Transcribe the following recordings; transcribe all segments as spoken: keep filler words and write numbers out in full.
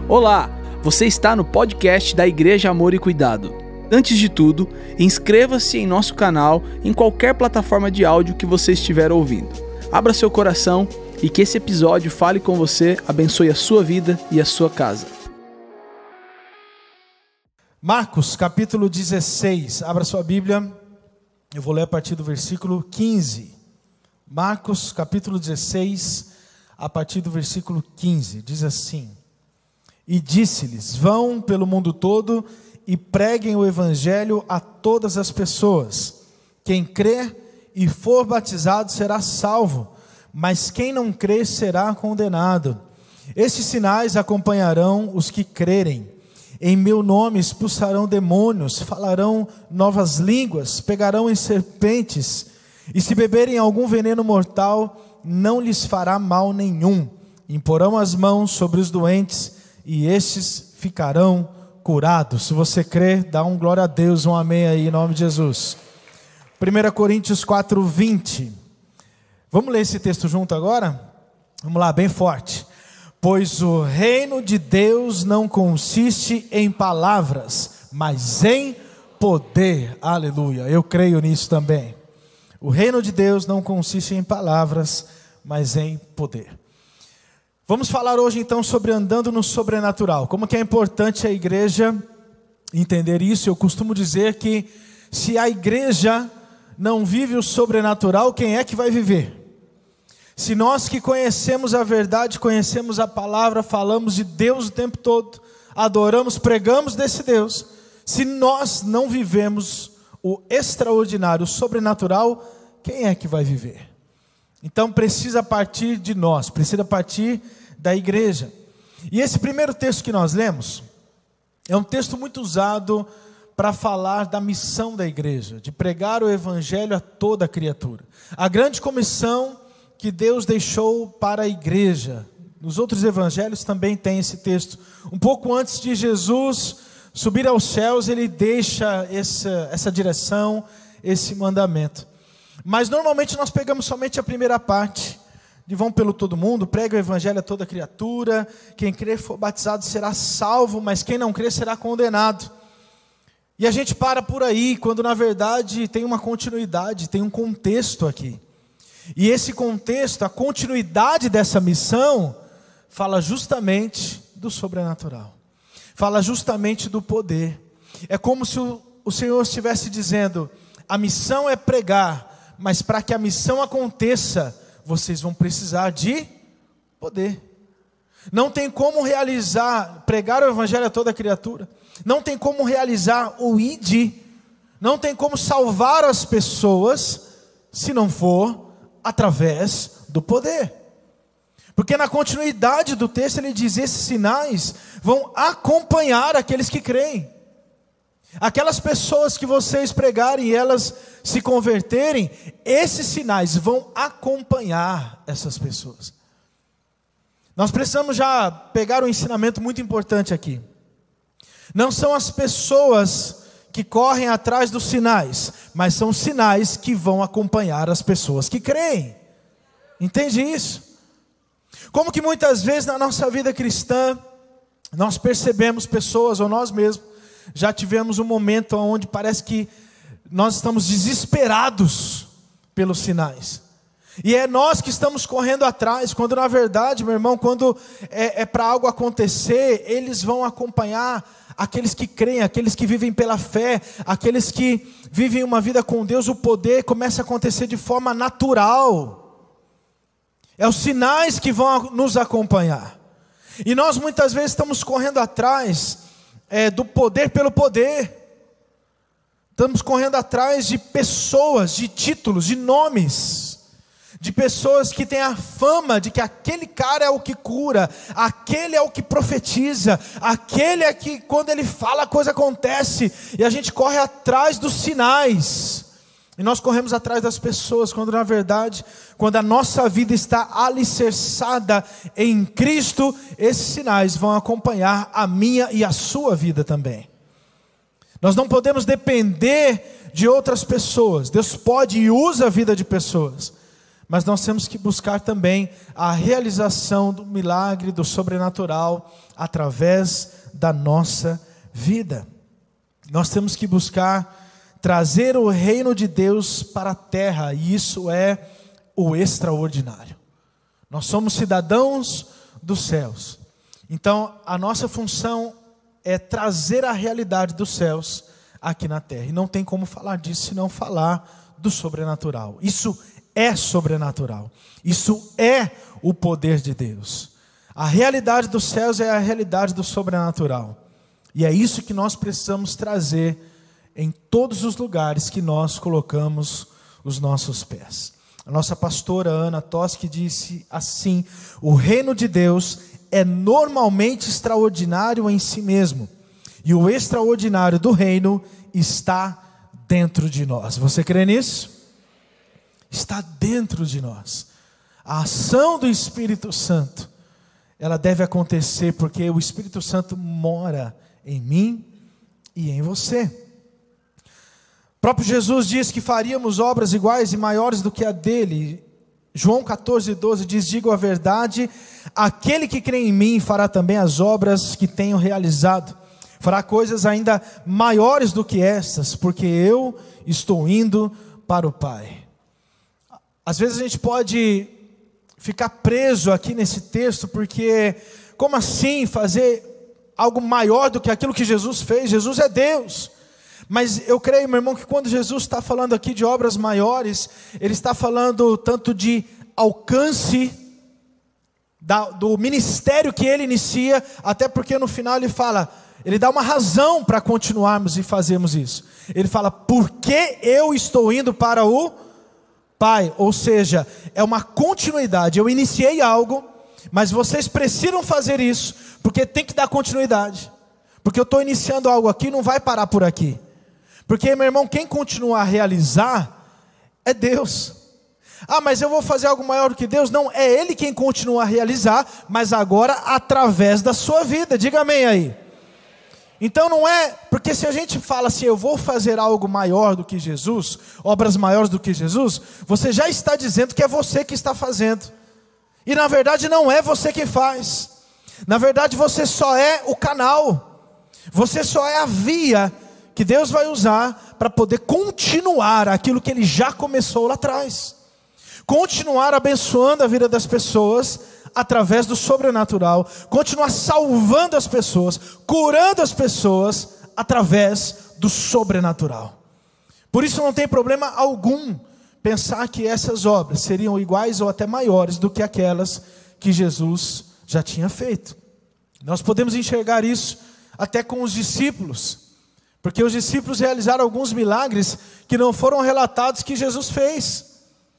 Olá, você está no podcast da Igreja Amor e Cuidado. Antes de tudo, inscreva-se em nosso canal em qualquer plataforma de áudio que você estiver ouvindo. Abra seu coração e que esse episódio fale com você, abençoe a sua vida e a sua casa. Marcos capítulo dezesseis, abra sua Bíblia, eu vou ler a partir do versículo quinze. Marcos capítulo dezesseis, a partir do versículo quinze, diz assim: E disse-lhes, vão pelo mundo todo e preguem o evangelho a todas as pessoas. Quem crer e for batizado será salvo, mas quem não crer será condenado. Estes sinais acompanharão os que crerem. Em meu nome expulsarão demônios, falarão novas línguas, pegarão em serpentes, e se beberem algum veneno mortal, não lhes fará mal nenhum. Imporão as mãos sobre os doentes e estes ficarão curados. Se você crê, dá um glória a Deus, um amém aí, em nome de Jesus. primeira Coríntios quatro, vinte. Vamos ler esse texto junto agora? Vamos lá, bem forte. Pois o reino de Deus não consiste em palavras, mas em poder. Aleluia, eu creio nisso também. O reino de Deus não consiste em palavras, mas em poder. Vamos falar hoje então sobre andando no sobrenatural. Como que é importante a igreja entender isso. Eu costumo dizer que se a igreja não vive o sobrenatural, quem é que vai viver? Se nós que conhecemos a verdade, conhecemos a palavra, falamos de Deus o tempo todo, adoramos, pregamos desse Deus, se nós não vivemos o extraordinário, o sobrenatural, quem é que vai viver? Então precisa partir de nós, precisa partir da igreja. E esse primeiro texto que nós lemos é um texto muito usado para falar da missão da igreja, de pregar o evangelho a toda criatura. A grande comissão que Deus deixou para a igreja. Nos outros evangelhos também tem esse texto. Um pouco antes de Jesus subir aos céus, ele deixa essa, essa direção, esse mandamento. Mas normalmente nós pegamos somente a primeira parte, de vão pelo todo mundo, prega o evangelho a toda criatura, quem crer for batizado será salvo, mas quem não crer será condenado. E a gente para por aí, quando na verdade tem uma continuidade, tem um contexto aqui. E esse contexto, a continuidade dessa missão, fala justamente do sobrenatural. Fala justamente do poder. É como se o, o Senhor estivesse dizendo, a missão é pregar, mas para que a missão aconteça, vocês vão precisar de poder. Não tem como realizar, pregar o evangelho a toda criatura. Não tem como realizar o I D. Não tem como salvar as pessoas, se não for através do poder. Porque na continuidade do texto ele diz, esses sinais vão acompanhar aqueles que creem. Aquelas pessoas que vocês pregarem e elas se converterem, esses sinais vão acompanhar essas pessoas. Nós precisamos já pegar um ensinamento muito importante aqui. Não são as pessoas que correm atrás dos sinais, mas são os sinais que vão acompanhar as pessoas que creem. Entende isso? Como que muitas vezes na nossa vida cristã, nós percebemos pessoas, ou nós mesmos, já tivemos um momento onde parece que nós estamos desesperados pelos sinais. E é nós que estamos correndo atrás, quando na verdade, meu irmão, quando é, é para algo acontecer, eles vão acompanhar aqueles que creem, aqueles que vivem pela fé, aqueles que vivem uma vida com Deus, o poder começa a acontecer de forma natural. É os sinais que vão nos acompanhar. E nós muitas vezes estamos correndo atrás É, do poder pelo poder. Estamos correndo atrás de pessoas, de títulos, de nomes, de pessoas que têm a fama de que aquele cara é o que cura, aquele é o que profetiza, aquele é que quando ele fala a coisa acontece, e a gente corre atrás dos sinais. E nós corremos atrás das pessoas, quando na verdade, quando a nossa vida está alicerçada em Cristo, esses sinais vão acompanhar a minha e a sua vida também. Nós não podemos depender de outras pessoas. Deus pode e usa a vida de pessoas, mas nós temos que buscar também a realização do milagre, do sobrenatural, através da nossa vida. Nós temos que buscar trazer o reino de Deus para a terra, e isso é o extraordinário. Nós somos cidadãos dos céus, então a nossa função é trazer a realidade dos céus aqui na terra, e não tem como falar disso se não falar do sobrenatural. Isso é sobrenatural, isso é o poder de Deus. A realidade dos céus é a realidade do sobrenatural, e é isso que nós precisamos trazer em todos os lugares que nós colocamos os nossos pés. A nossa pastora Ana Toschi disse assim: o reino de Deus é normalmente extraordinário em si mesmo, e o extraordinário do reino está dentro de nós. Você crê nisso? Está dentro de nós. A ação do Espírito Santo, ela deve acontecer porque o Espírito Santo mora em mim e em você. O próprio Jesus diz que faríamos obras iguais e maiores do que a dele. João catorze, doze diz: digo a verdade, aquele que crê em mim fará também as obras que tenho realizado, fará coisas ainda maiores do que estas, porque eu estou indo para o Pai. Às vezes a gente pode ficar preso aqui nesse texto, porque como assim fazer algo maior do que aquilo que Jesus fez? Jesus é Deus. Mas eu creio, meu irmão, que quando Jesus está falando aqui de obras maiores, Ele está falando tanto de alcance da, do ministério que Ele inicia, até porque no final Ele fala, Ele dá uma razão para continuarmos e fazermos isso. Ele fala, porque eu estou indo para o Pai, ou seja, é uma continuidade. Eu iniciei algo, mas vocês precisam fazer isso, porque tem que dar continuidade. Porque eu estou iniciando algo aqui, não vai parar por aqui. Porque, meu irmão, quem continua a realizar é Deus. Ah, mas eu vou fazer algo maior do que Deus? Não, é Ele quem continua a realizar, mas agora através da sua vida. Diga amém aí. Então não é, porque se a gente fala assim, eu vou fazer algo maior do que Jesus, obras maiores do que Jesus, você já está dizendo que é você que está fazendo. E na verdade não é você quem faz. Na verdade você só é o canal. Você só é a via que Deus vai usar para poder continuar aquilo que Ele já começou lá atrás. Continuar abençoando a vida das pessoas através do sobrenatural, continuar salvando as pessoas, curando as pessoas através do sobrenatural. Por isso não tem problema algum pensar que essas obras seriam iguais ou até maiores do que aquelas que Jesus já tinha feito. Nós podemos enxergar isso até com os discípulos, porque os discípulos realizaram alguns milagres que não foram relatados que Jesus fez.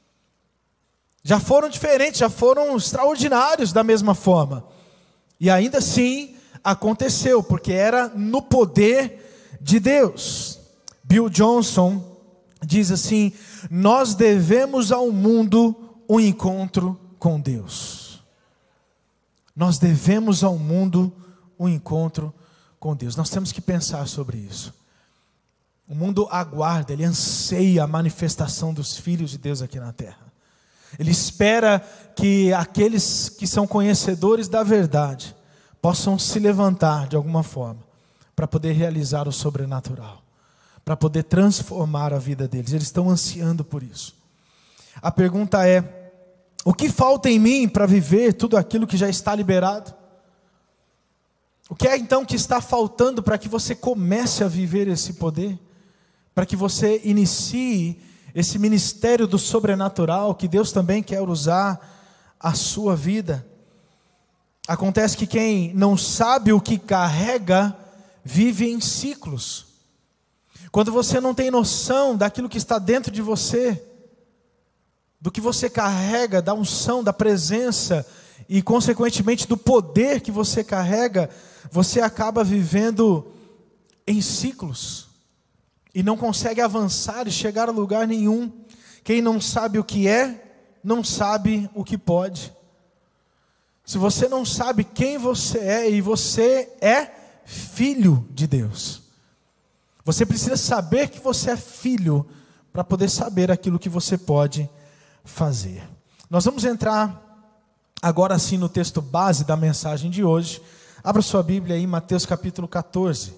Já foram diferentes, já foram extraordinários da mesma forma. E ainda assim aconteceu, porque era no poder de Deus. Bill Johnson diz assim: nós devemos ao mundo um encontro com Deus. Nós devemos ao mundo um encontro com Deus. Nós temos que pensar sobre isso. O mundo aguarda, ele anseia a manifestação dos filhos de Deus aqui na terra. Ele espera que aqueles que são conhecedores da verdade possam se levantar de alguma forma para poder realizar o sobrenatural, para poder transformar a vida deles. Eles estão ansiando por isso. A pergunta é: o que falta em mim para viver tudo aquilo que já está liberado? O que é então que está faltando para que você comece a viver esse poder? Para que você inicie esse ministério do sobrenatural que Deus também quer usar a sua vida? Acontece que quem não sabe o que carrega, vive em ciclos. Quando você não tem noção daquilo que está dentro de você, do que você carrega, da unção, da presença e consequentemente do poder que você carrega, você acaba vivendo em ciclos. E não consegue avançar e chegar a lugar nenhum. Quem não sabe o que é, não sabe o que pode. Se você não sabe quem você é, e você é filho de Deus, você precisa saber que você é filho, para poder saber aquilo que você pode fazer. Nós vamos entrar agora sim no texto base da mensagem de hoje. Abra sua Bíblia aí em Mateus capítulo catorze.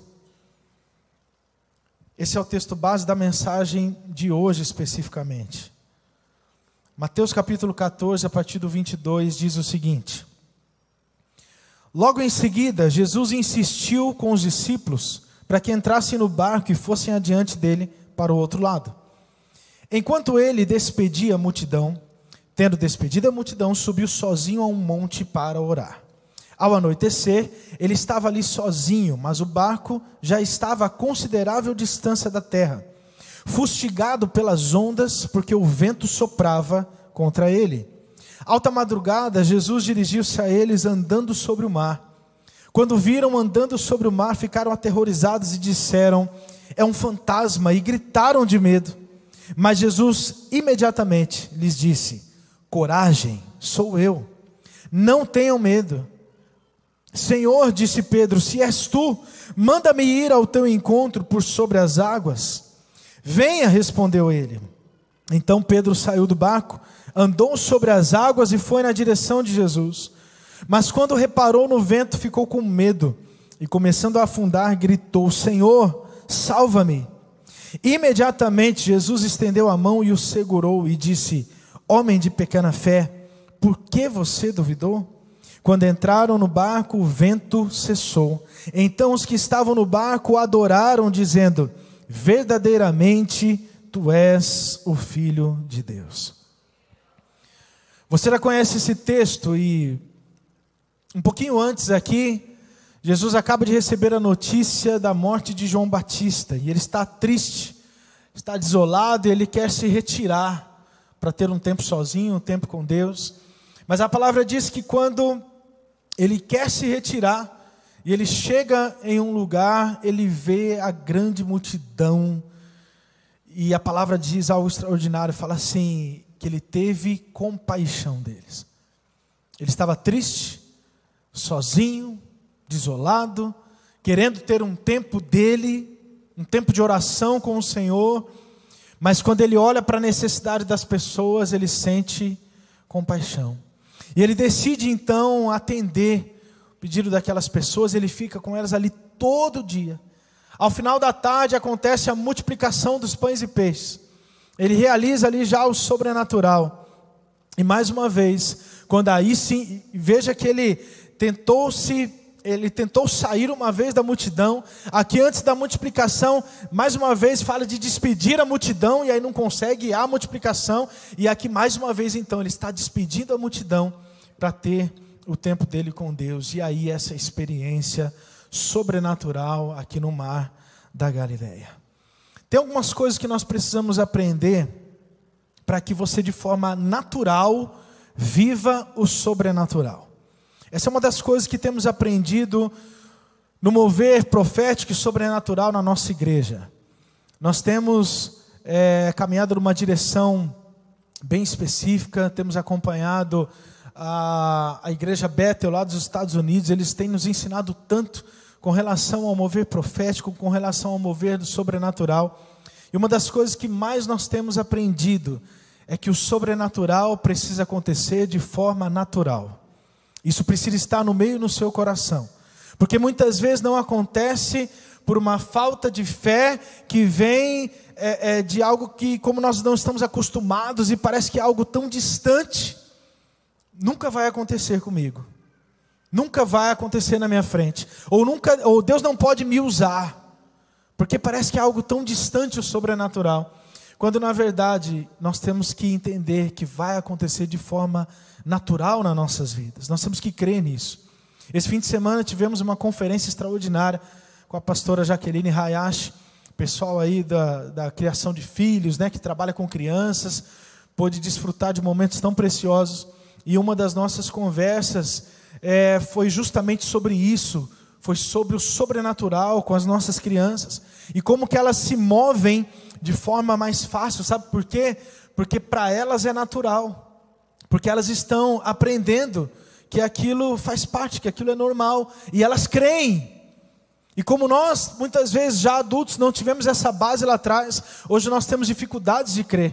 Esse é o texto base da mensagem de hoje especificamente. Mateus capítulo catorze, a partir do vinte e dois, diz o seguinte: Logo em seguida, Jesus insistiu com os discípulos para que entrassem no barco e fossem adiante dele para o outro lado. Enquanto ele despedia a multidão, tendo despedido a multidão, subiu sozinho a um monte para orar. Ao anoitecer, ele estava ali sozinho, mas o barco já estava a considerável distância da terra, fustigado pelas ondas, porque o vento soprava contra ele. Alta madrugada, Jesus dirigiu-se a eles andando sobre o mar. Quando viram andando sobre o mar, ficaram aterrorizados e disseram: é um fantasma, e gritaram de medo. Mas Jesus imediatamente lhes disse: coragem, sou eu, não tenham medo. Senhor, disse Pedro, se és tu, manda-me ir ao teu encontro por sobre as águas. Venha, respondeu ele. Então Pedro saiu do barco, andou sobre as águas e foi na direção de Jesus. Mas quando reparou no vento, ficou com medo e, começando a afundar, gritou: Senhor, salva-me. Imediatamente Jesus estendeu a mão e o segurou e disse: homem de pequena fé, por que você duvidou? Quando entraram no barco, o vento cessou. Então os que estavam no barco o adoraram, dizendo: verdadeiramente tu és o Filho de Deus. Você já conhece esse texto e um pouquinho antes aqui, Jesus acaba de receber a notícia da morte de João Batista, e ele está triste, está desolado, e ele quer se retirar para ter um tempo sozinho, um tempo com Deus. Mas a palavra diz que quando ele quer se retirar, e ele chega em um lugar, ele vê a grande multidão, e a palavra diz algo extraordinário, fala assim, que ele teve compaixão deles. Ele estava triste, sozinho, desolado, querendo ter um tempo dele, um tempo de oração com o Senhor, mas quando ele olha para a necessidade das pessoas, ele sente compaixão. E ele decide então atender o pedido daquelas pessoas, ele fica com elas ali todo dia. Ao final da tarde acontece a multiplicação dos pães e peixes. Ele realiza ali já o sobrenatural. E mais uma vez, quando aí sim, veja que ele tentou se, ele tentou sair uma vez da multidão. Aqui antes da multiplicação, mais uma vez fala de despedir a multidão, e aí não consegue a multiplicação. E aqui mais uma vez então, ele está despedindo a multidão para ter o tempo dele com Deus. E aí essa experiência sobrenatural aqui no mar da Galileia. Tem algumas coisas que nós precisamos aprender para que você de forma natural viva o sobrenatural. Essa é uma das coisas que temos aprendido no mover profético e sobrenatural na nossa igreja. Nós temos é, caminhado numa direção bem específica, temos acompanhado a, a igreja Bethel lá dos Estados Unidos. Eles têm nos ensinado tanto com relação ao mover profético, com relação ao mover do sobrenatural. E uma das coisas que mais nós temos aprendido é que o sobrenatural precisa acontecer de forma natural. Isso precisa estar no meio do seu coração. Porque muitas vezes não acontece por uma falta de fé que vem é, é, de algo que, como nós não estamos acostumados, e parece que é algo tão distante. Nunca vai acontecer comigo. Nunca vai acontecer na minha frente. Ou, nunca, ou Deus não pode me usar. Porque parece que é algo tão distante o sobrenatural. Quando na verdade nós temos que entender que vai acontecer de forma natural nas nossas vidas. Nós temos que crer nisso. Esse fim de semana tivemos uma conferência extraordinária com a pastora Jaqueline Hayashi. Pessoal aí da, da criação de filhos, né, que trabalha com crianças. Pôde desfrutar de momentos tão preciosos. E uma das nossas conversas É, foi justamente sobre isso, foi sobre o sobrenatural com as nossas crianças, e como que elas se movem de forma mais fácil, sabe por quê? Porque para elas é natural, porque elas estão aprendendo que aquilo faz parte, que aquilo é normal, e elas creem. E como nós, muitas vezes já adultos, não tivemos essa base lá atrás, hoje nós temos dificuldades de crer.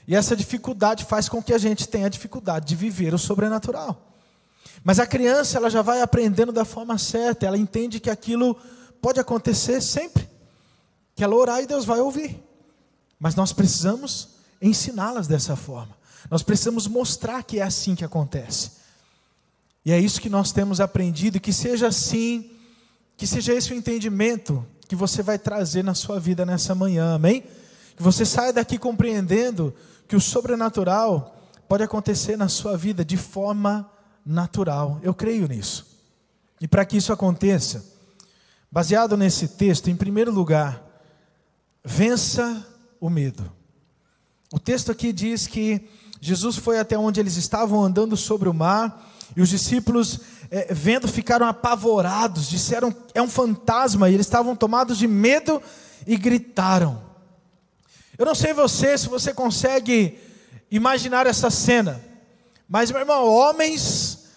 E essa dificuldade faz com que a gente tenha dificuldade de viver o sobrenatural. Mas a criança, ela já vai aprendendo da forma certa, ela entende que aquilo pode acontecer sempre, que ela orar e Deus vai ouvir. Mas nós precisamos ensiná-las dessa forma. Nós precisamos mostrar que é assim que acontece. E é isso que nós temos aprendido, e que seja assim, que seja esse o entendimento que você vai trazer na sua vida nessa manhã, amém? Que você saia daqui compreendendo que o sobrenatural pode acontecer na sua vida de forma natural. Eu creio nisso. E para que isso aconteça, baseado nesse texto, em primeiro lugar, vença o medo. O texto aqui diz que Jesus foi até onde eles estavam andando sobre o mar, e os discípulos, é, vendo, ficaram apavorados, disseram, é um fantasma, e eles estavam tomados de medo e gritaram. Eu não sei você, se você consegue imaginar essa cena, mas, meu irmão, homens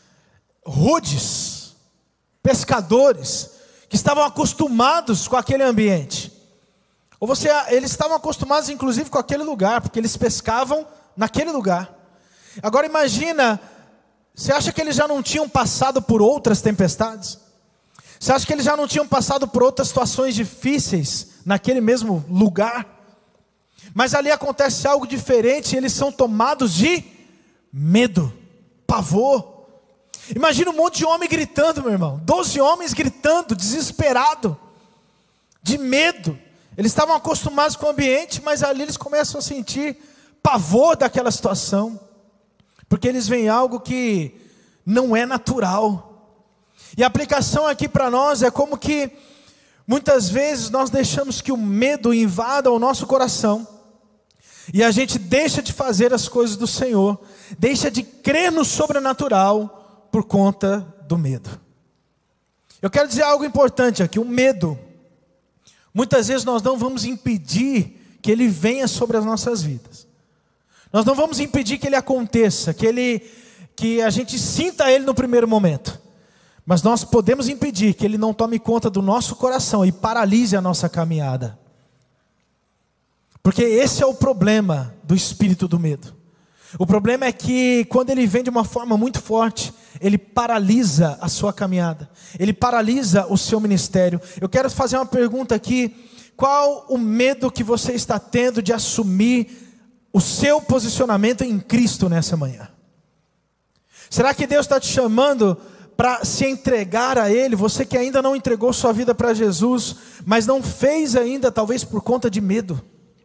rudes, pescadores, que estavam acostumados com aquele ambiente, ou você, eles estavam acostumados inclusive com aquele lugar, porque eles pescavam naquele lugar. Agora imagina, você acha que eles já não tinham passado por outras tempestades? Você acha que eles já não tinham passado por outras situações difíceis naquele mesmo lugar? Mas ali acontece algo diferente, eles são tomados de medo, pavor. Imagina um monte de homem gritando, meu irmão, doze homens gritando, desesperado, de medo. Eles estavam acostumados com o ambiente, mas ali eles começam a sentir pavor daquela situação, porque eles veem algo que não é natural. E a aplicação aqui para nós é como que muitas vezes nós deixamos que o medo invada o nosso coração, e a gente deixa de fazer as coisas do Senhor, deixa de crer no sobrenatural por conta do medo. Eu quero dizer algo importante aqui, o medo, muitas vezes nós não vamos impedir que ele venha sobre as nossas vidas. Nós não vamos impedir que ele aconteça, que, ele, que a gente sinta ele no primeiro momento. Mas nós podemos impedir que ele não tome conta do nosso coração e paralise a nossa caminhada. Porque esse é o problema do espírito do medo. O problema é que quando ele vem de uma forma muito forte, ele paralisa a sua caminhada, ele paralisa o seu ministério. Eu quero fazer uma pergunta aqui: qual o medo que você está tendo de assumir o seu posicionamento em Cristo nessa manhã? Será que Deus está te chamando para se entregar a Ele? Você que ainda não entregou sua vida para Jesus, mas não fez ainda, talvez por conta de medo.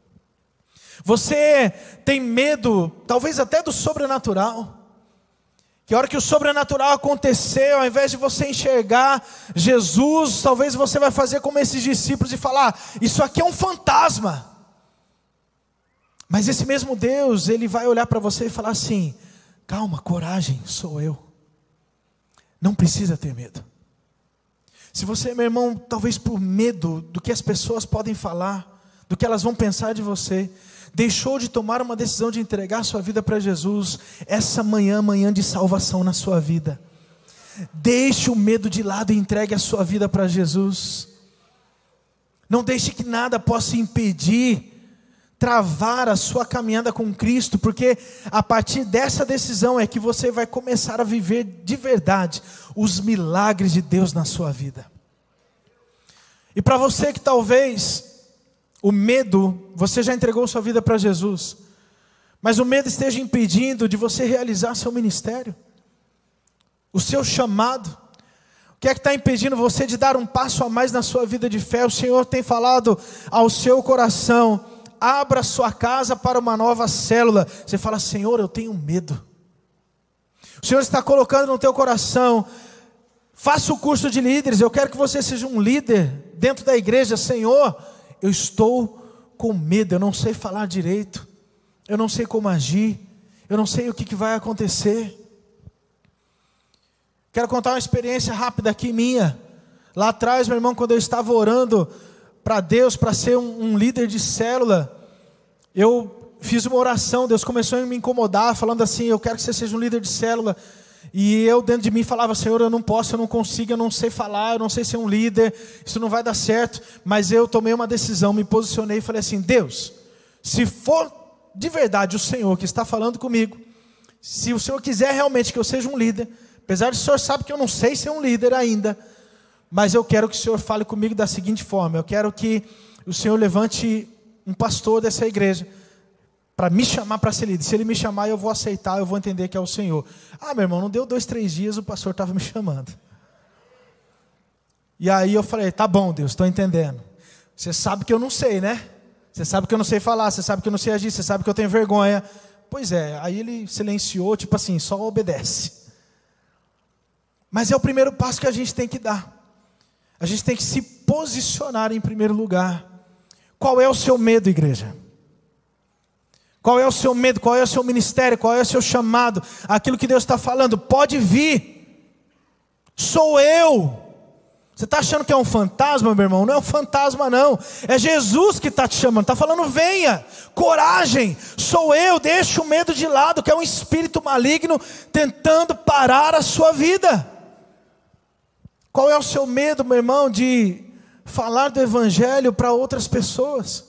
Você tem medo, talvez até do sobrenatural. Que a hora que o sobrenatural acontecer, ao invés de você enxergar Jesus, talvez você vai fazer como esses discípulos e falar: isso aqui é um fantasma. Mas esse mesmo Deus, Ele vai olhar para você e falar assim: calma, coragem, sou eu. Não precisa ter medo. Se você, meu irmão, talvez por medo do que as pessoas podem falar, do que elas vão pensar de você, deixou de tomar uma decisão de entregar sua vida para Jesus, essa manhã, manhã de salvação na sua vida. Deixe o medo de lado e entregue a sua vida para Jesus. Não deixe que nada possa impedir, travar a sua caminhada com Cristo, porque a partir dessa decisão é que você vai começar a viver de verdade os milagres de Deus na sua vida. E para você que talvez o medo, você já entregou sua vida para Jesus, mas o medo esteja impedindo de você realizar seu ministério, o seu chamado. O que é que está impedindo você de dar um passo a mais na sua vida de fé? O Senhor tem falado ao seu coração: abra sua casa para uma nova célula. Você fala: Senhor, eu tenho medo. O Senhor está colocando no teu coração: faça o curso de líderes, eu quero que você seja um líder dentro da igreja. Senhor, eu estou com medo, eu não sei falar direito, eu não sei como agir, eu não sei o que, que vai acontecer. Quero contar uma experiência rápida aqui minha. Lá atrás, meu irmão, quando eu estava orando para Deus, para ser um, um líder de célula, eu fiz uma oração, Deus começou a me incomodar, falando assim: eu quero que você seja um líder de célula. E eu dentro de mim falava: Senhor, eu não posso, eu não consigo, eu não sei falar, eu não sei ser um líder, isso não vai dar certo. Mas eu tomei uma decisão, me posicionei e falei assim: Deus, se for de verdade o Senhor que está falando comigo, se o Senhor quiser realmente que eu seja um líder, apesar de o Senhor sabe que eu não sei ser um líder ainda, mas eu quero que o Senhor fale comigo da seguinte forma: eu quero que o Senhor levante um pastor dessa igreja para me chamar para ser líder. Se ele me chamar, eu vou aceitar, eu vou entender que é o Senhor. Ah, meu irmão, não deu dois, três dias, o pastor estava me chamando. E aí eu falei, tá bom, Deus, estou entendendo. Você sabe que eu não sei, né? Você sabe que eu não sei falar, você sabe que eu não sei agir, você sabe que eu tenho vergonha. Pois é, aí ele silenciou, tipo assim, só obedece. Mas é o primeiro passo que a gente tem que dar. A gente tem que se posicionar em primeiro lugar. Qual é o seu medo, igreja? Qual é o seu medo? Qual é o seu ministério? Qual é o seu chamado? Aquilo que Deus está falando, pode vir. Sou eu. Você está achando que é um fantasma, meu irmão? Não é um fantasma não. É Jesus que está te chamando. Está falando, venha. Coragem. Sou eu. Deixa o medo de lado, que é um espírito maligno tentando parar a sua vida. Qual é o seu medo, meu irmão, de falar do evangelho para outras pessoas?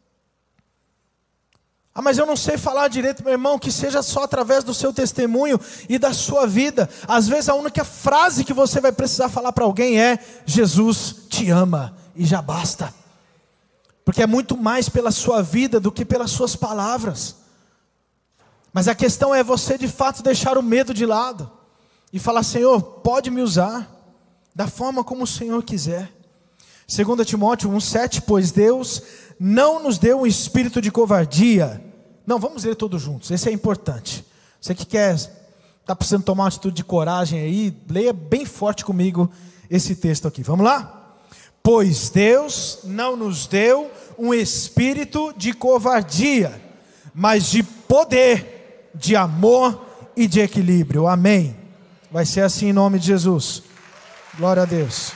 Ah, mas eu não sei falar direito, meu irmão. Que seja só através do seu testemunho e da sua vida. Às vezes a única frase que você vai precisar falar para alguém é: Jesus te ama, e já basta. Porque é muito mais pela sua vida do que pelas suas palavras. Mas a questão é você de fato deixar o medo de lado e falar: Senhor, pode me usar da forma como o Senhor quiser. Segundo Timóteo um, sete, pois Deus não nos deu um espírito de covardia. Não, vamos ler todos juntos, esse é importante. Você que quer, está precisando tomar uma atitude de coragem aí, leia bem forte comigo esse texto aqui, vamos lá? Pois Deus não nos deu um espírito de covardia, mas de poder, de amor e de equilíbrio, amém. Vai ser assim em nome de Jesus, glória a Deus.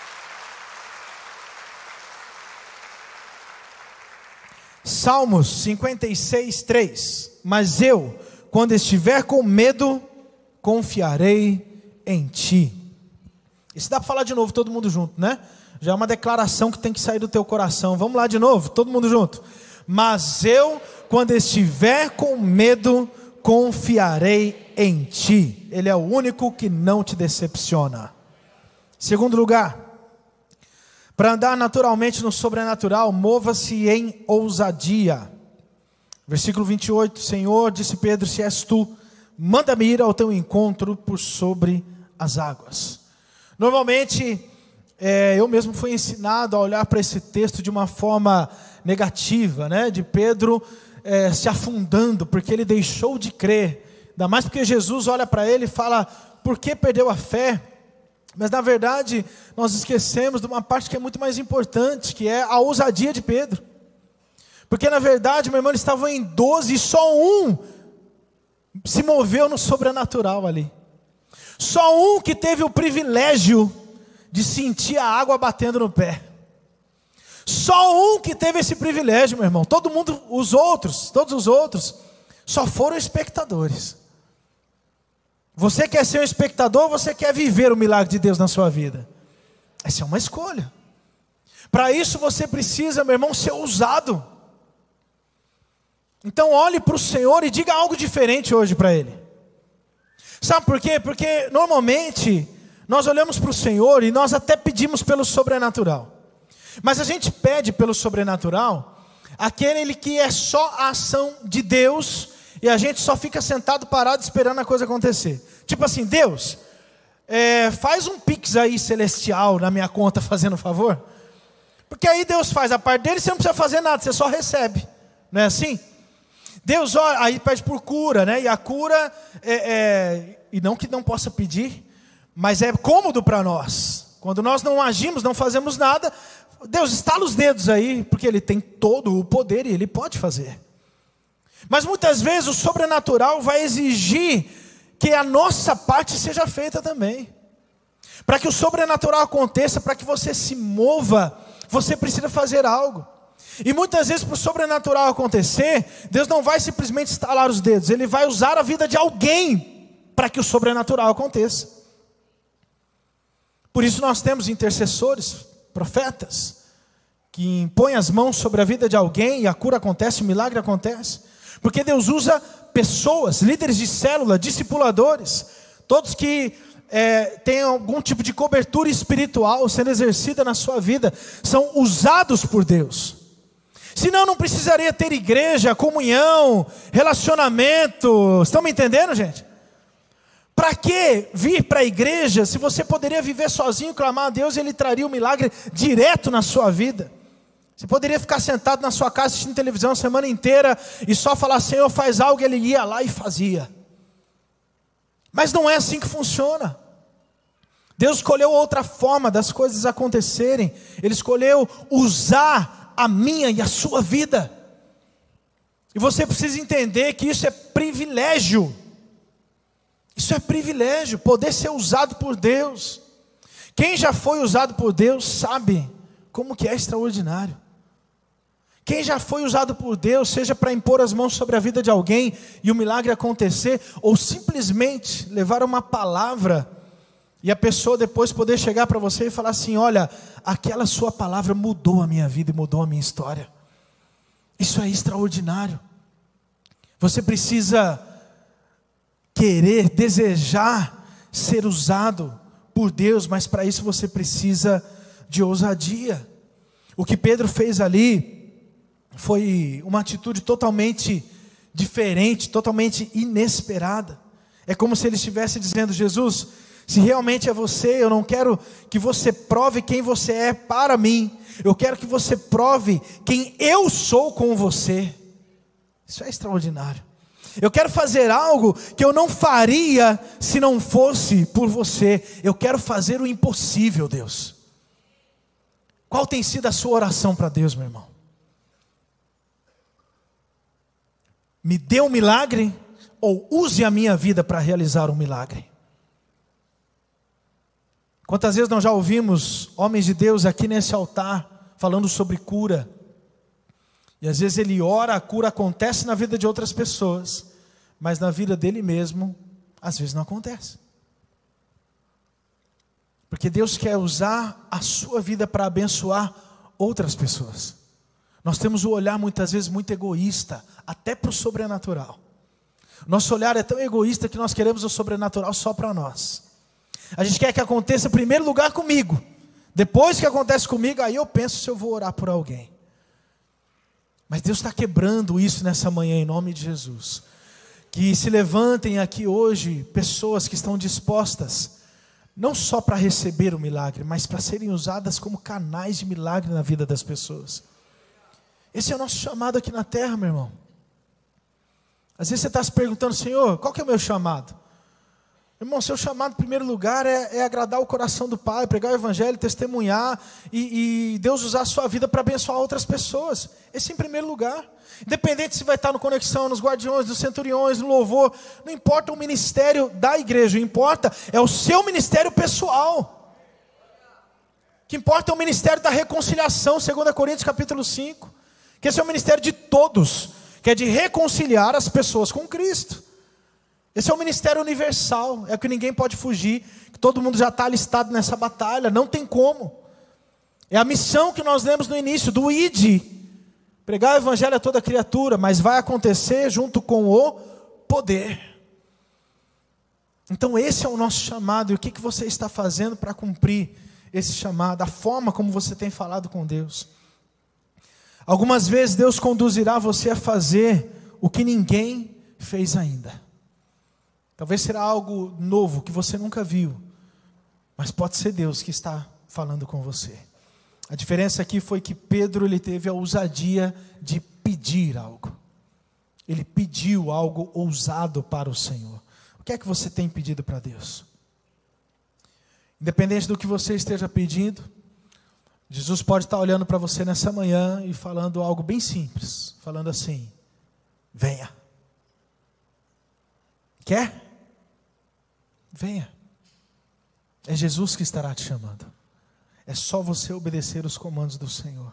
Salmos cinquenta e seis, três. Mas eu, quando estiver com medo, confiarei em ti. Isso dá para falar de novo, todo mundo junto, né? Já é uma declaração que tem que sair do teu coração. Vamos lá de novo, todo mundo junto. Mas eu, quando estiver com medo, confiarei em ti. Ele é o único que não te decepciona. Segundo lugar, para andar naturalmente no sobrenatural, mova-se em ousadia. Versículo vinte e oito, Senhor, disse Pedro, se és tu, manda-me ir ao teu encontro por sobre as águas. Normalmente, é, eu mesmo fui ensinado a olhar para esse texto de uma forma negativa, né? De Pedro é, se afundando, porque ele deixou de crer. Ainda mais porque Jesus olha para ele e fala, por que perdeu a fé? Mas na verdade, nós esquecemos de uma parte que é muito mais importante, que é a ousadia de Pedro. Porque na verdade, meu irmão, eles estavam em doze e só um se moveu no sobrenatural ali. Só um que teve o privilégio de sentir a água batendo no pé. Só um que teve esse privilégio, meu irmão. Todo mundo, os outros, todos os outros, só foram espectadores. Você quer ser um espectador ou você quer viver o milagre de Deus na sua vida? Essa é uma escolha. Para isso você precisa, meu irmão, ser ousado. Então olhe para o Senhor e diga algo diferente hoje para Ele. Sabe por quê? Porque normalmente nós olhamos para o Senhor e nós até pedimos pelo sobrenatural. Mas a gente pede pelo sobrenatural aquele que é só a ação de Deus e a gente só fica sentado, parado, esperando a coisa acontecer. Tipo assim, Deus, é, faz um pix aí celestial na minha conta, fazendo um favor. Porque aí Deus faz a parte dele, você não precisa fazer nada, você só recebe. Não é assim? Deus ora, aí pede por cura, né? E a cura, é, é, e não que não possa pedir, mas é cômodo para nós. Quando nós não agimos, não fazemos nada, Deus estala os dedos aí, porque Ele tem todo o poder e Ele pode fazer. Mas muitas vezes o sobrenatural vai exigir que a nossa parte seja feita também. Para que o sobrenatural aconteça, para que você se mova, você precisa fazer algo. E muitas vezes para o sobrenatural acontecer, Deus não vai simplesmente estalar os dedos, Ele vai usar a vida de alguém para que o sobrenatural aconteça. Por isso nós temos intercessores, profetas, que impõem as mãos sobre a vida de alguém e a cura acontece, o milagre acontece. Porque Deus usa pessoas, líderes de célula, discipuladores, todos que é, têm algum tipo de cobertura espiritual sendo exercida na sua vida, são usados por Deus. Senão não precisaria ter igreja, comunhão, relacionamento. Estão me entendendo, gente? Para que vir para a igreja se você poderia viver sozinho, clamar a Deus e Ele traria o milagre direto na sua vida? Você poderia ficar sentado na sua casa assistindo televisão a semana inteira e só falar, Senhor, faz algo, e Ele ia lá e fazia. Mas não é assim que funciona. Deus escolheu outra forma das coisas acontecerem. Ele escolheu usar a minha e a sua vida. E você precisa entender que isso é privilégio. Isso é privilégio, poder ser usado por Deus. Quem já foi usado por Deus sabe como que é extraordinário. Quem já foi usado por Deus, seja para impor as mãos sobre a vida de alguém e o milagre acontecer, ou simplesmente levar uma palavra e a pessoa depois poder chegar para você e falar assim, olha, aquela sua palavra mudou a minha vida e mudou a minha história. Isso é extraordinário. Você precisa querer, desejar ser usado por Deus, mas para isso você precisa de ousadia. O que Pedro fez ali foi uma atitude totalmente diferente, totalmente inesperada. É como se ele estivesse dizendo, Jesus, se realmente é você, eu não quero que você prove quem você é para mim, eu quero que você prove quem eu sou com você. Isso é extraordinário. Eu quero fazer algo que eu não faria se não fosse por você. Eu quero fazer o impossível, Deus. Qual tem sido a sua oração para Deus, meu irmão? Me dê um milagre ou use a minha vida para realizar um milagre? Quantas vezes nós já ouvimos homens de Deus aqui nesse altar falando sobre cura? E às vezes ele ora, a cura acontece na vida de outras pessoas, mas na vida dele mesmo, às vezes não acontece. Porque Deus quer usar a sua vida para abençoar outras pessoas. Nós temos o olhar muitas vezes muito egoísta, até para o sobrenatural. Nosso olhar é tão egoísta que nós queremos o sobrenatural só para nós. A gente quer que aconteça em primeiro lugar comigo. Depois que acontece comigo, aí eu penso se eu vou orar por alguém. Mas Deus está quebrando isso nessa manhã em nome de Jesus. Que se levantem aqui hoje pessoas que estão dispostas, não só para receber o milagre, mas para serem usadas como canais de milagre na vida das pessoas. Esse é o nosso chamado aqui na terra, meu irmão. Às vezes você está se perguntando, Senhor, qual que é o meu chamado? Irmão, seu chamado em primeiro lugar é, é agradar o coração do Pai, pregar o Evangelho, testemunhar e, e Deus usar a sua vida para abençoar outras pessoas. Esse em primeiro lugar. Independente se vai estar no Conexão, nos Guardiões, nos Centuriões, no Louvor, não importa o ministério da igreja, o que importa é o seu ministério pessoal. O que importa é o ministério da reconciliação, segundo Coríntios capítulo cinco, que esse é o ministério de todos, que é de reconciliar as pessoas com Cristo. Esse é o ministério universal, é o que ninguém pode fugir, que todo mundo já está alistado nessa batalha, não tem como. É a missão que nós lemos no início, do I D, pregar o Evangelho a toda criatura, mas vai acontecer junto com o poder. Então esse é o nosso chamado, e o que, que você está fazendo para cumprir esse chamado, a forma como você tem falado com Deus. Algumas vezes Deus conduzirá você a fazer o que ninguém fez ainda. Talvez será algo novo que você nunca viu, mas pode ser Deus que está falando com você. A diferença aqui foi que Pedro ele teve a ousadia de pedir algo. Ele pediu algo ousado para o Senhor. O que é que você tem pedido para Deus? Independente do que você esteja pedindo, Jesus pode estar olhando para você nessa manhã e falando algo bem simples, falando assim: venha. Quer? Venha. É Jesus que estará te chamando. É só você obedecer os comandos do Senhor.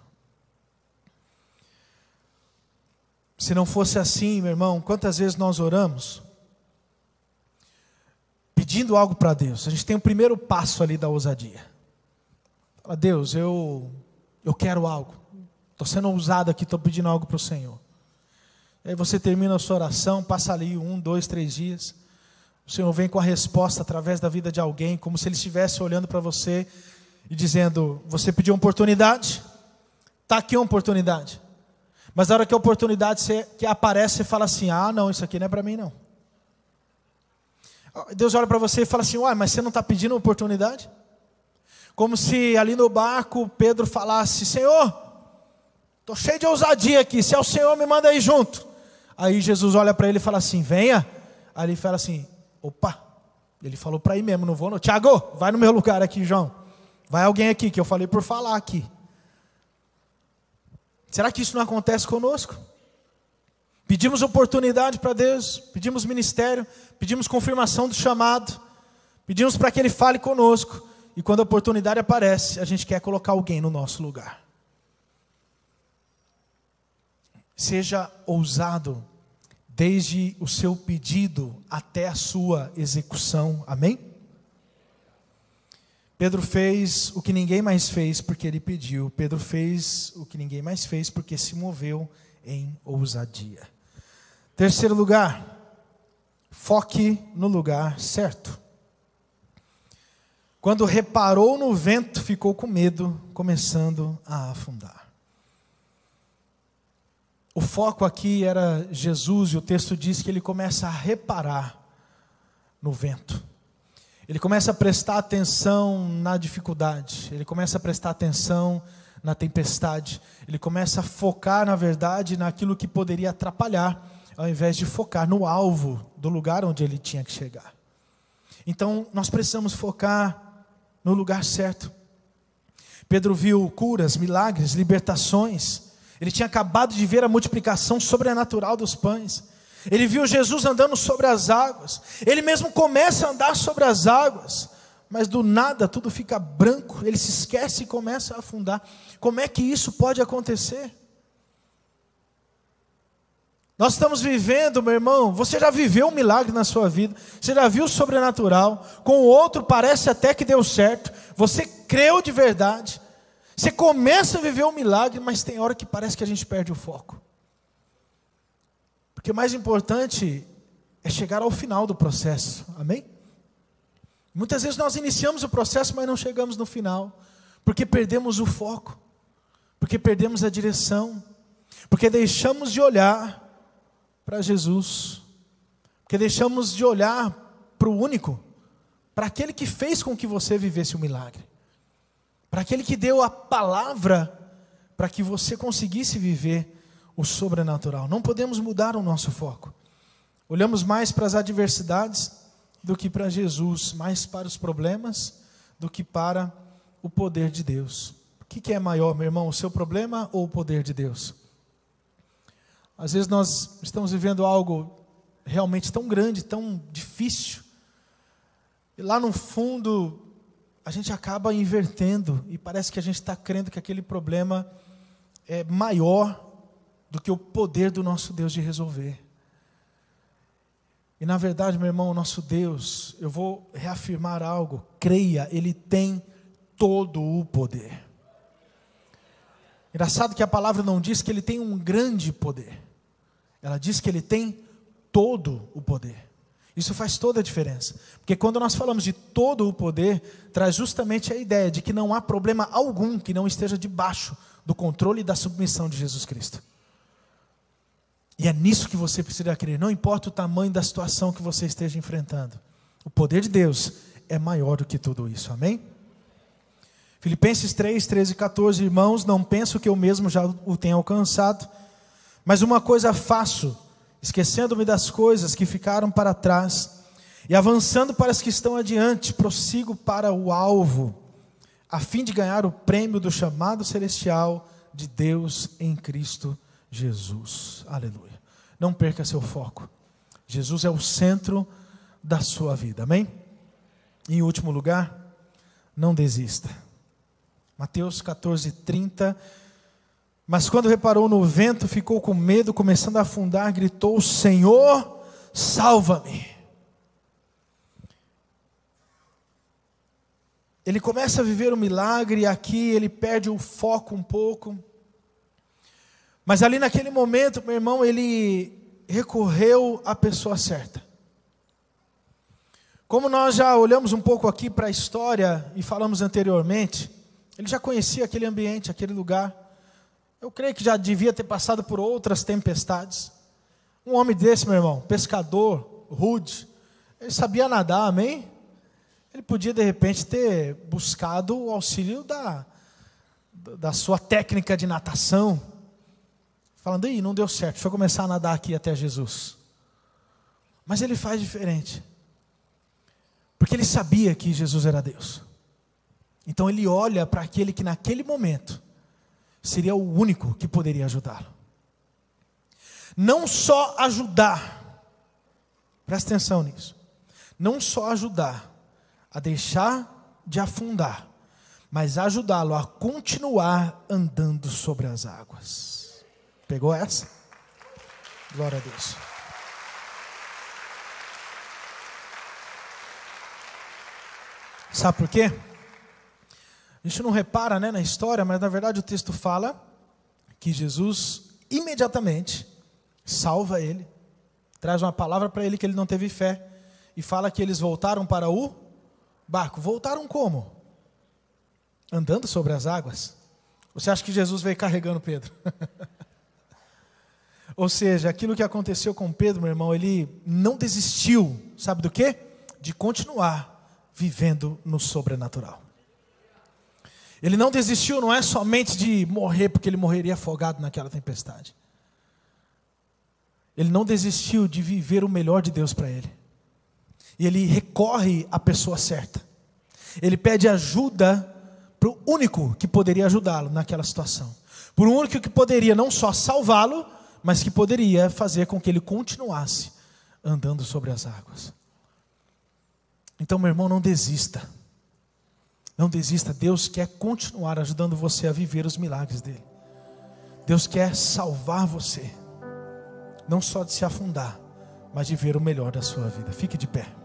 Se não fosse assim, meu irmão, quantas vezes nós oramos pedindo algo para Deus? A gente tem o primeiro passo ali da ousadia. Fala, Deus, eu, eu quero algo. Estou sendo ousado aqui, estou pedindo algo para o Senhor. Aí você termina a sua oração, passa ali um, dois, três dias. O Senhor vem com a resposta através da vida de alguém, como se Ele estivesse olhando para você e dizendo: você pediu uma oportunidade? Está aqui uma oportunidade. Mas na hora que a oportunidade você, que aparece, você fala assim: ah, não, isso aqui não é para mim não. Deus olha para você e fala assim: uai, mas você não está pedindo uma oportunidade? Como se ali no barco Pedro falasse: Senhor, estou cheio de ousadia aqui, se é o Senhor me manda aí junto. Aí Jesus olha para ele e fala assim: venha. Aí ele fala assim: opa, ele falou para ir mesmo, não vou não. Tiago, vai no meu lugar aqui, João. Vai alguém aqui, que eu falei por falar aqui. Será que isso não acontece conosco? Pedimos oportunidade para Deus, pedimos ministério, pedimos confirmação do chamado, pedimos para que Ele fale conosco, e quando a oportunidade aparece, a gente quer colocar alguém no nosso lugar. Seja ousado, desde o seu pedido até a sua execução, amém? Pedro fez o que ninguém mais fez porque ele pediu. Pedro fez o que ninguém mais fez porque se moveu em ousadia. Terceiro lugar, foque no lugar certo. Quando reparou no vento, ficou com medo, começando a afundar. O foco aqui era Jesus, e o texto diz que ele começa a reparar no vento. Ele começa a prestar atenção na dificuldade, ele começa a prestar atenção na tempestade, ele começa a focar, na verdade, naquilo que poderia atrapalhar, ao invés de focar no alvo do lugar onde ele tinha que chegar. Então, nós precisamos focar no lugar certo. Pedro viu curas, milagres, libertações. Ele tinha acabado de ver a multiplicação sobrenatural dos pães. Ele viu Jesus andando sobre as águas. Ele mesmo começa a andar sobre as águas, mas do nada tudo fica branco. Ele se esquece e começa a afundar. Como é que isso pode acontecer? Nós estamos vivendo, meu irmão, você já viveu um milagre na sua vida, você já viu o sobrenatural, com o outro parece até que deu certo, você creu de verdade, você começa a viver um milagre, mas tem hora que parece que a gente perde o foco. Porque o mais importante é chegar ao final do processo, amém? Muitas vezes nós iniciamos o processo, mas não chegamos no final, porque perdemos o foco, porque perdemos a direção, porque deixamos de olhar para Jesus, porque deixamos de olhar para o único, para aquele que fez com que você vivesse o milagre, para aquele que deu a palavra para que você conseguisse viver o sobrenatural. Não podemos mudar o nosso foco. Olhamos mais para as adversidades do que para Jesus, mais para os problemas do que para o poder de Deus. O que é maior, meu irmão, o seu problema ou o poder de Deus? Às vezes nós estamos vivendo algo realmente tão grande, tão difícil, e lá no fundo a gente acaba invertendo, e parece que a gente está crendo que aquele problema é maior do que o poder do nosso Deus de resolver. E na verdade, meu irmão, o nosso Deus, eu vou reafirmar algo, creia, Ele tem todo o poder. Engraçado que a palavra não diz que Ele tem um grande poder, ela diz que Ele tem todo o poder. Isso faz toda a diferença, porque quando nós falamos de todo o poder, traz justamente a ideia de que não há problema algum que não esteja debaixo do controle e da submissão de Jesus Cristo. E é nisso que você precisa crer, não importa o tamanho da situação que você esteja enfrentando, o poder de Deus é maior do que tudo isso, amém? Filipenses três, treze e quatorze, irmãos, não penso que eu mesmo já o tenha alcançado, mas uma coisa faço, esquecendo-me das coisas que ficaram para trás, e avançando para as que estão adiante, prossigo para o alvo, a fim de ganhar o prêmio do chamado celestial de Deus em Cristo Jesus. Aleluia. Não perca seu foco. Jesus é o centro da sua vida, amém? Em último lugar, não desista. Mateus catorze, trinta. Mas quando reparou no vento, ficou com medo, começando a afundar, gritou: Senhor, salva-me. Ele começa a viver o milagre, e aqui ele perde o foco um pouco. Mas ali naquele momento, meu irmão, ele recorreu à pessoa certa. Como nós já olhamos um pouco aqui para a história e falamos anteriormente, ele já conhecia aquele ambiente, aquele lugar. Eu creio que já devia ter passado por outras tempestades. Um homem desse, meu irmão, pescador, rude, ele sabia nadar, amém? Ele podia, de repente, ter buscado o auxílio da, da sua técnica de natação, falando, ih, não deu certo, deixa eu começar a nadar aqui até Jesus. Mas ele faz diferente, porque ele sabia que Jesus era Deus. Então ele olha para aquele que naquele momento seria o único que poderia ajudá-lo. Não só ajudar, presta atenção nisso, não só ajudar a deixar de afundar, mas ajudá-lo a continuar andando sobre as águas. Pegou essa? Glória a Deus. Sabe por quê? A gente não repara, né, na história, mas na verdade o texto fala que Jesus imediatamente salva ele, traz uma palavra para ele que ele não teve fé, e fala que eles voltaram para o barco. Voltaram como? Andando sobre as águas. Você acha que Jesus veio carregando Pedro? Ou seja, aquilo que aconteceu com Pedro, meu irmão, ele não desistiu, sabe do quê? De continuar vivendo no sobrenatural. Ele não desistiu, não é somente de morrer, porque ele morreria afogado naquela tempestade. Ele não desistiu de viver o melhor de Deus para ele. E ele recorre à pessoa certa. Ele pede ajuda para o único que poderia ajudá-lo naquela situação. Para o único que poderia não só salvá-lo, mas que poderia fazer com que ele continuasse andando sobre as águas. Então, meu irmão, não desista. Não desista, Deus quer continuar ajudando você a viver os milagres dele. Deus quer salvar você, não só de se afundar, mas de ver o melhor da sua vida. Fique de pé.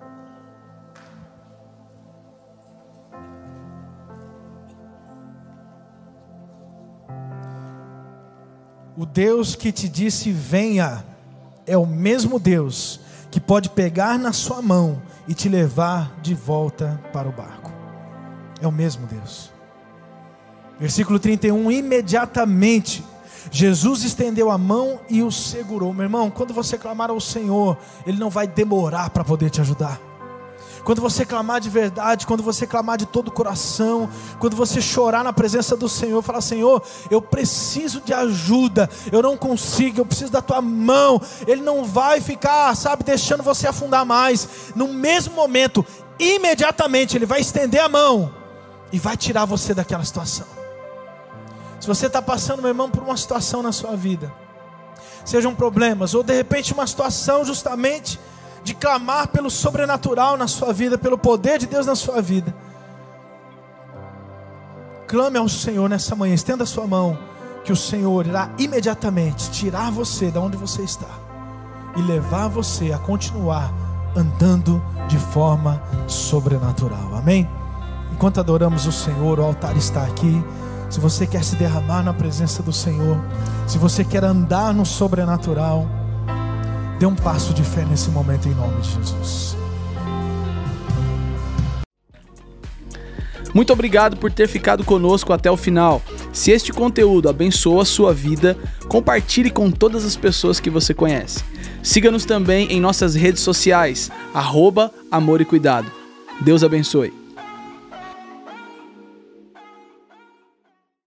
O Deus que te disse venha, é o mesmo Deus que pode pegar na sua mão e te levar de volta para o barco. É o mesmo Deus. Versículo trinta e um, imediatamente Jesus estendeu a mão e o segurou. Meu irmão, quando você clamar ao Senhor, Ele não vai demorar para poder te ajudar. Quando você clamar de verdade, quando você clamar de todo o coração, quando você chorar na presença do Senhor, falar, Senhor, eu preciso de ajuda, eu não consigo, eu preciso da tua mão. Ele não vai ficar, sabe, deixando você afundar mais. No mesmo momento, imediatamente Ele vai estender a mão e vai tirar você daquela situação. Se você está passando, meu irmão, por uma situação na sua vida, sejam problemas, ou de repente uma situação justamente de clamar pelo sobrenatural na sua vida, pelo poder de Deus na sua vida, clame ao Senhor nessa manhã, estenda a sua mão, que o Senhor irá imediatamente tirar você de onde você está e levar você a continuar andando de forma sobrenatural, amém? Enquanto adoramos o Senhor, o altar está aqui. Se você quer se derramar na presença do Senhor, se você quer andar no sobrenatural, dê um passo de fé nesse momento em nome de Jesus. Muito obrigado por ter ficado conosco até o final. Se este conteúdo abençoou a sua vida, compartilhe com todas as pessoas que você conhece. Siga-nos também em nossas redes sociais, arroba Amor e Cuidado. Deus abençoe.